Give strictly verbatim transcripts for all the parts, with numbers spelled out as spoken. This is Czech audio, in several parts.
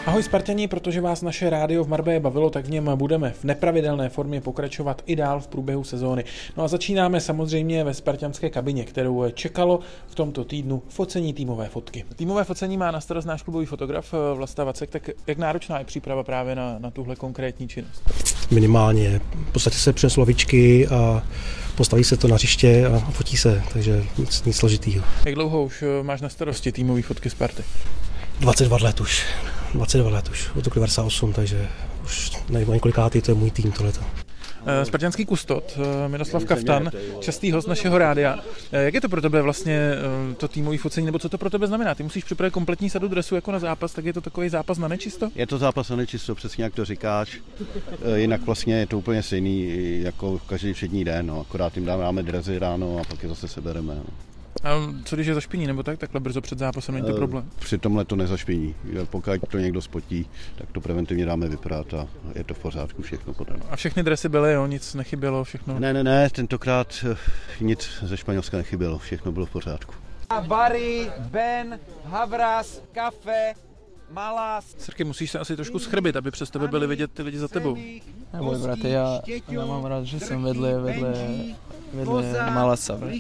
Ahoj Sparťani, protože vás naše rádio v Marbleji bavilo, tak v něm budeme v nepravidelné formě pokračovat i dál v průběhu sezóny. No a začínáme samozřejmě ve spartanské kabině, kterou čekalo v tomto týdnu focení týmové fotky. Týmové focení má na starost náš klubový fotograf Vlasta Vacek, tak jak náročná je příprava právě na, na tuhle konkrétní činnost? Minimálně. V podstatě se přineslo lavičky a postaví se to na hřiště a fotí se, takže nic, nic složitýho. Jak dlouho už máš na starosti týmové fotky Sparty? dvacet dva let už. dvacet dva let už. Od roku devadesát osm, takže už nevím, několikátý, to je můj tým tohleto. Spartanský kustot, Miroslav Kaftan, častý host našeho rádia. Jak je to pro tebe vlastně to týmový focení, nebo co to pro tebe znamená? Ty musíš připravit kompletní sadu dresů jako na zápas, tak je to takový zápas na nečisto? Je to zápas na nečisto, přesně jak to říkáš. Jinak vlastně je to úplně stejný jako každý všední den, no. Akorát jim dáme dresy ráno a pak je zase sebereme. No. A co když je zašpiní, nebo tak takhle brzo před zápasem, není to problém? Při tomhle to nezašpiní. Pokud to někdo spotí, tak to preventivně dáme vyprát a je to v pořádku všechno potom. A všechny dresy byly, jo? Nic nechybělo, všechno? Ne, ne, ne, tentokrát nic ze Španělska nechybělo, všechno bylo v pořádku. Barry, Ben, Havras, Kafe, Malas. Srky, musíš se asi trošku schrbit, aby přes tebe byli vidět ty lidi za tebou. Neboj, brate, já, já mám rád, že jsem vedle, vedle, vedle Malasa, brate.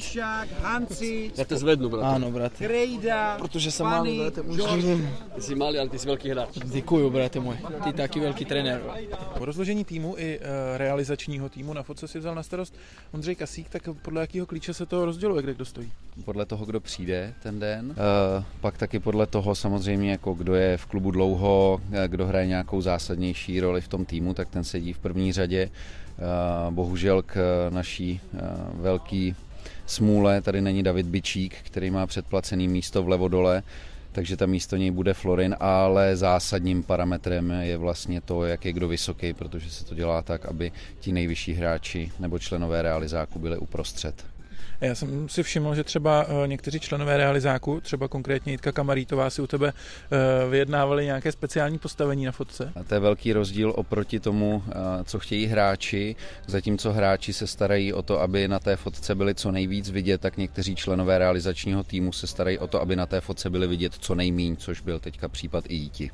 Já te zvednu, brate. Ano, brate. Protože jsem malý, brate, musím. Ty jsi malý, ale ty jsi velký hráč. Děkuju, brate můj. Ty taky velký trenér. Po rozložení týmu i e, realizačního týmu na fotce si vzal na starost Ondřej Kasík, tak podle jakého klíče se to rozděluje, kde kdo stojí? Podle toho, kdo přijde ten den. E, pak taky podle toho samozřejmě, jako kdo je v klubu dlouho, kdo hraje nějakou zásadnější roli v tom týmu, tak ten sedí v první řadě. Bohužel k naší velký smůle tady není David Bičík, který má předplacený místo vlevo dole, takže tam místo něj bude Florin, ale zásadním parametrem je vlastně to, jak je kdo vysoký, protože se to dělá tak, aby ti nejvyšší hráči nebo členové realizáku byli uprostřed. Já jsem si všiml, že třeba někteří členové realizáku, třeba konkrétně Jitka Kamarítová, si u tebe vyjednávali nějaké speciální postavení na fotce. A to je velký rozdíl oproti tomu, co chtějí hráči. Zatímco hráči se starají o to, aby na té fotce byli co nejvíc vidět, tak někteří členové realizačního týmu se starají o to, aby na té fotce byli vidět co nejmíň, což byl teďka případ i Jíti.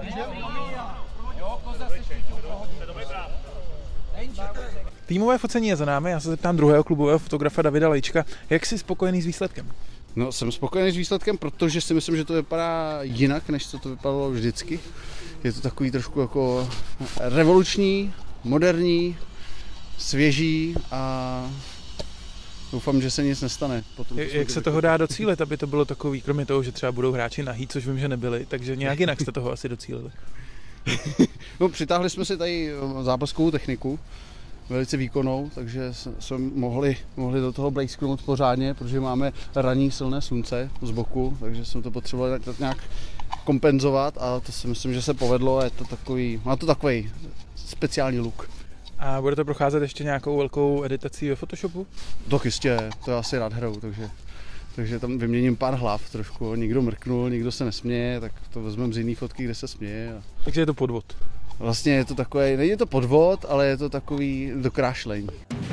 Týmové focení je za námi, já se zeptám druhého klubového fotografa Davida Lejčka. Jak jsi spokojený s výsledkem? No, jsem spokojený s výsledkem, protože si myslím, že to vypadá jinak, než co to vypadalo vždycky. Je to takový trošku jako revoluční, moderní, svěží a doufám, že se nic nestane. Potom, jak jak se toho dá docílit, aby to bylo takový, kromě toho, že třeba budou hráči nahý, což vím, že nebyli, takže nějak jinak jste toho asi docílili? No, přitáhli jsme si tady zápaskovou techniku, velice výkonnou, takže jsme mohli, mohli do toho blejsknout pořádně, protože máme ranní silné slunce z boku, takže jsme to potřebovali nějak kompenzovat a to si myslím, že se povedlo a je to takový, má to takový speciální look. A bude to procházet ještě nějakou velkou editací ve Photoshopu? To jistě, to asi rád hraju, takže, takže tam vyměním pár hlav trošku, někdo mrknul, někdo se nesměje, tak to vezmeme z jiný fotky, kde se směje. A... Takže je to podvod. Vlastně je to takový, není to podvod, ale je to takový dokrášlení.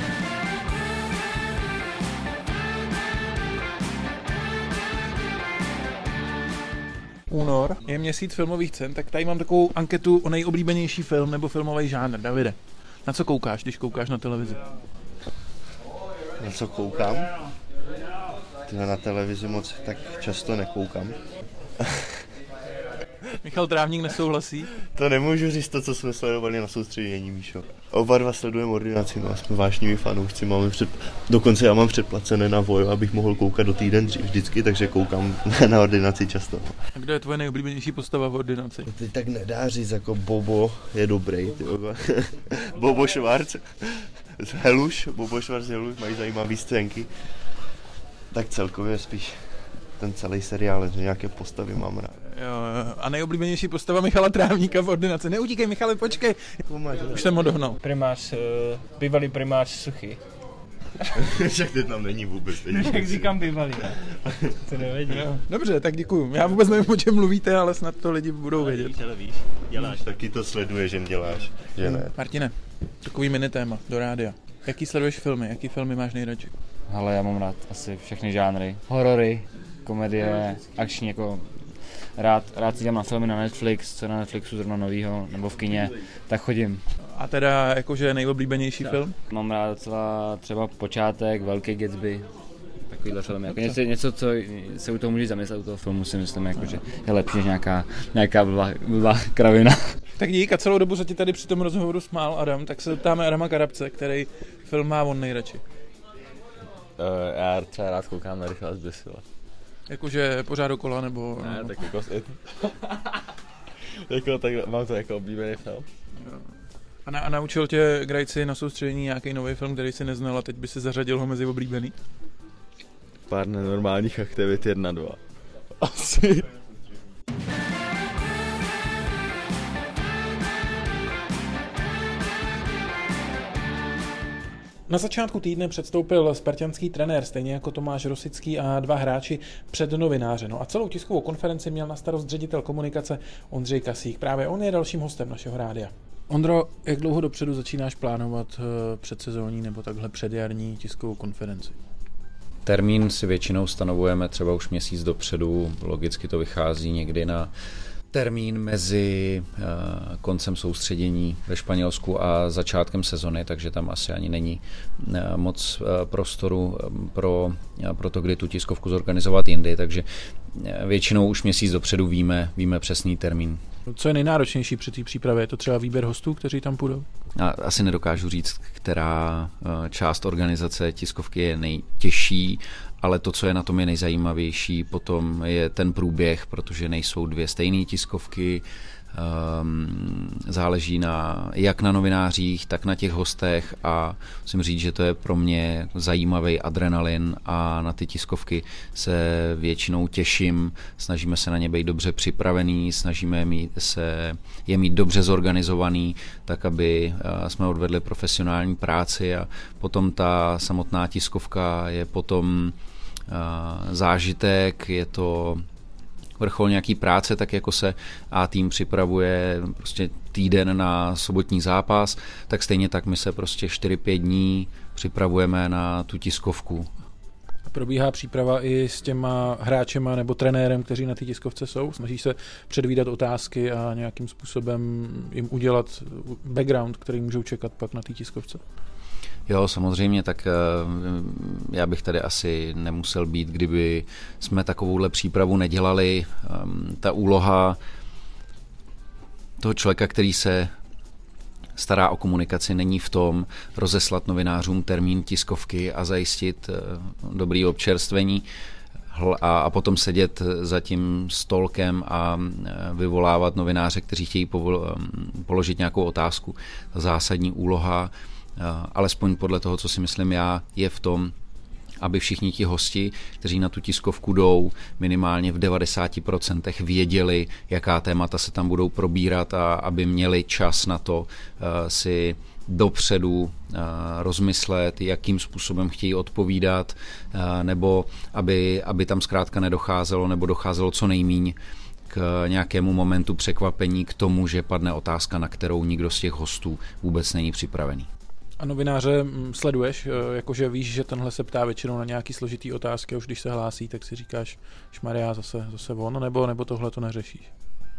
Únor je měsíc filmových cen, tak tady mám takovou anketu o nejoblíbenější film nebo filmový žánr. Davide, na co koukáš, když koukáš na televizi? Na co koukám? Tyhle na televizi moc tak často nekoukám. Michal Trávník nesouhlasí? To nemůžu říct to, co jsme sledovali na soustředění, Míšo. Oba dva sledujeme Ordinaci, no a jsme vášniví fanoušci, máme před... dokonce já mám předplacené na Vojo, abych mohl koukat do týden vždycky, takže koukám na Ordinaci často. A kdo je tvoje nejoblíbenější postava v Ordinaci? To teď tak nedá říct, jako Bobo je dobrý, Bobo Schwarz, Heluš, Bobo Schwarz, Heluš mají zajímavé scénky. Tak celkově spíš ten celý seriál, že nějaké postavy mám rád. Jo, a nejoblíbenější postava Michala Trávníka v Ordinaci. Neutíkej, Michale, počkej. Už jsem ho dohnal. Primář, bývalý primář Suchy. Však teď tam není vůbec. Jak říkám bývalý, to nevědí. Dobře, tak děkuju. Já vůbec nevím, o čem mluvíte, ale snad to lidi budou vědět. Ale víš, děláš. Taky to sleduje, že děláš, že ne. Martine, takový mini téma do rádia. Jaký sleduješ filmy? Jaký filmy máš nejradši? Ale já mám rád asi všechny žánry. Horory, komedie, akční, jako rád, rád si dělám na filmy na Netflix, co na Netflixu zrovna novýho, nebo v kině, tak chodím. A teda jakože nejoblíbenější tak. film? Mám rád docela třeba Počátek, Velký Gatsby, takovýhle film. Jako něco, něco, co se u toho může zamyslet, u toho filmu si myslím, jako, že je lepší než nějaká, nějaká blbá, blbá kravina. Tak dík, a celou dobu se ti tady při tom rozhovoru smál Adam, tak se zeptáme Adama Karabce, který film má on nejradši. Uh, já třeba rád koukám na Rychlá zběsile. Jakože pořád dokola, nebo... Ne, nebo... tak jako... jako tak mám to jako oblíbený film. A, na, a naučil tě Grajci na soustředění nějaký nový film, který jsi neznal a teď by si zařadil ho mezi oblíbený? Pár nenormálních aktivit, jedna, dva. Asi. Na začátku týdne předstoupil spartanský trenér, stejně jako Tomáš Rosický a dva hráči před novináře. No a celou tiskovou konferenci měl na starost ředitel komunikace Ondřej Kasík. Právě on je dalším hostem našeho rádia. Ondro, jak dlouho dopředu začínáš plánovat předsezónní nebo takhle předjarní tiskovou konferenci? Termín si většinou stanovujeme třeba už měsíc dopředu, logicky to vychází někdy na termín mezi uh, koncem soustředění ve Španělsku a začátkem sezony, takže tam asi ani není uh, moc uh, prostoru pro, uh, pro to, kdy tu tiskovku zorganizovat jindy, takže uh, většinou už měsíc dopředu víme, víme přesný termín. Co je nejnáročnější při té přípravě? Je to třeba výběr hostů, kteří tam půjdou? A asi nedokážu říct, která uh, část organizace tiskovky je nejtěžší, ale to, co je na tom je nejzajímavější, potom je ten průběh, protože nejsou dvě stejné tiskovky, um, záleží na, jak na novinářích, tak na těch hostech a musím říct, že to je pro mě zajímavý adrenalin a na ty tiskovky se většinou těším, snažíme se na ně být dobře připravený, snažíme mít se, je mít dobře zorganizovaný, tak aby jsme odvedli profesionální práci a potom ta samotná tiskovka je potom zážitek, je to vrchol nějaký práce, tak jako se A-tým připravuje prostě týden na sobotní zápas, tak stejně tak my se prostě čtyři pět dní připravujeme na tu tiskovku. A probíhá příprava i s těma hráčema nebo trenérem, kteří na té tiskovce jsou? Snaží se předvídat otázky a nějakým způsobem jim udělat background, který můžou čekat pak na té tiskovce? Jo, samozřejmě, tak já bych tady asi nemusel být, kdyby jsme takovouhle přípravu nedělali. Ta úloha toho člověka, který se stará o komunikaci, není v tom rozeslat novinářům termín tiskovky a zajistit dobrý občerstvení a, a potom sedět za tím stolkem a vyvolávat novináře, kteří chtějí povol, položit nějakou otázku. Ta zásadní úloha, alespoň podle toho, co si myslím já, je v tom, aby všichni ti hosti, kteří na tu tiskovku jdou, minimálně v devadesáti procentech věděli, jaká témata se tam budou probírat a aby měli čas na to uh, si dopředu uh, rozmyslet, jakým způsobem chtějí odpovídat, uh, nebo aby, aby tam zkrátka nedocházelo, nebo docházelo co nejmíň k nějakému momentu překvapení, k tomu, že padne otázka, na kterou nikdo z těch hostů vůbec není připravený. A novináře sleduješ, jakože víš, že tenhle se ptá většinou na nějaký složitý otázky, už když se hlásí, tak si říkáš, šmarja, zase, zase on, nebo, nebo tohle to neřešíš?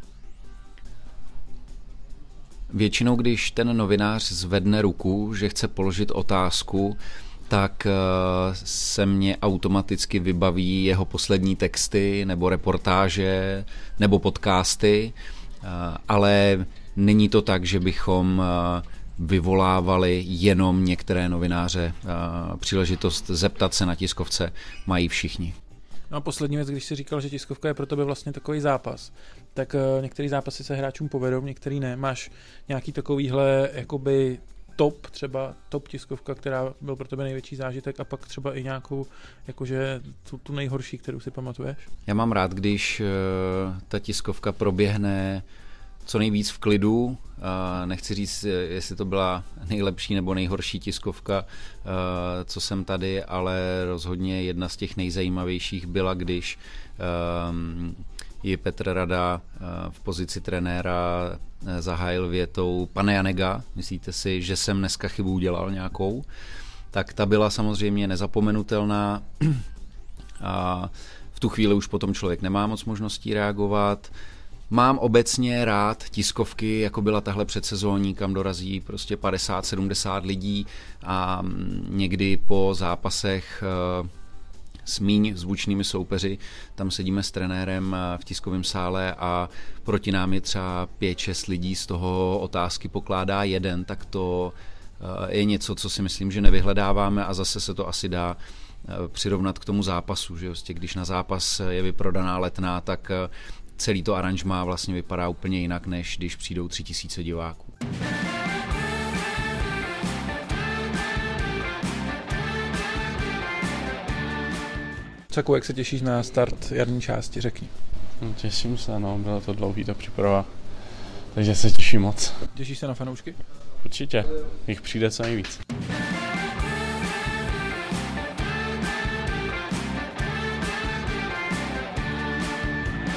Většinou, když ten novinář zvedne ruku, že chce položit otázku, tak se mě automaticky vybaví jeho poslední texty, nebo reportáže, nebo podcasty, ale není to tak, že bychom vyvolávali jenom některé novináře. Příležitost zeptat se na tiskovce mají všichni. No a poslední věc, když jsi říkal, že tiskovka je pro tebe vlastně takový zápas, tak některý zápasy se hráčům povedou, některý ne. Máš nějaký takovýhle jakoby top, třeba top tiskovka, která byl pro tebe největší zážitek a pak třeba i nějakou, jakože tu, tu nejhorší, kterou si pamatuješ? Já mám rád, když ta tiskovka proběhne co nejvíc v klidu. Nechci říct, jestli to byla nejlepší nebo nejhorší tiskovka, co jsem tady, ale rozhodně jedna z těch nejzajímavějších byla, když ji Petr Rada v pozici trenéra zahájil větou: Pane Janega, myslíte si, že jsem dneska chybu udělal nějakou? Tak ta byla samozřejmě nezapomenutelná. A v tu chvíli už potom člověk nemá moc možností reagovat. Mám obecně rád tiskovky, jako byla tahle předsezónní, kam dorazí prostě padesát sedmdesát lidí a někdy po zápasech s míň zvučnými soupeři, tam sedíme s trenérem v tiskovém sále a proti nám je třeba pět šest lidí, z toho otázky pokládá jeden, tak to je něco, co si myslím, že nevyhledáváme a zase se to asi dá přirovnat k tomu zápasu, že vlastně, když na zápas je vyprodaná Letná, tak celý to aranžmá vlastně vypadá úplně jinak, než když přijdou tři tisíce diváků. Caku, jak se těšíš na start jarní části, řekni. No, těším se, no, bylo to dlouhý ta příprava, takže se těším moc. Těšíš se na fanoušky? Určitě, jich přijde co nejvíc.